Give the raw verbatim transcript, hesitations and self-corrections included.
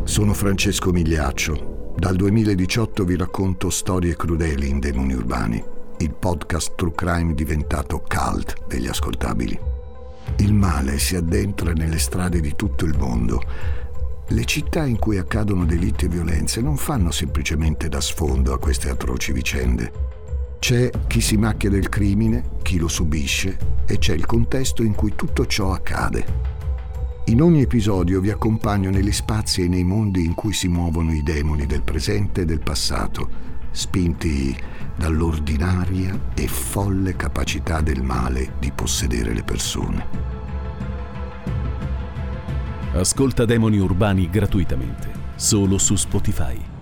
Sono Francesco Migliaccio. Dal duemiladiciotto vi racconto storie crudeli in Demoni Urbani, il podcast true crime diventato cult degli ascoltabili. Il male si addentra nelle strade di tutto il mondo. Le città in cui accadono delitti e violenze non fanno semplicemente da sfondo a queste atroci vicende. C'è chi si macchia del crimine, chi lo subisce, e c'è il contesto in cui tutto ciò accade. In ogni episodio vi accompagno negli spazi e nei mondi in cui si muovono i demoni del presente e del passato, spinti dall'ordinaria e folle capacità del male di possedere le persone. Ascolta Demoni Urbani gratuitamente, solo su Spotify.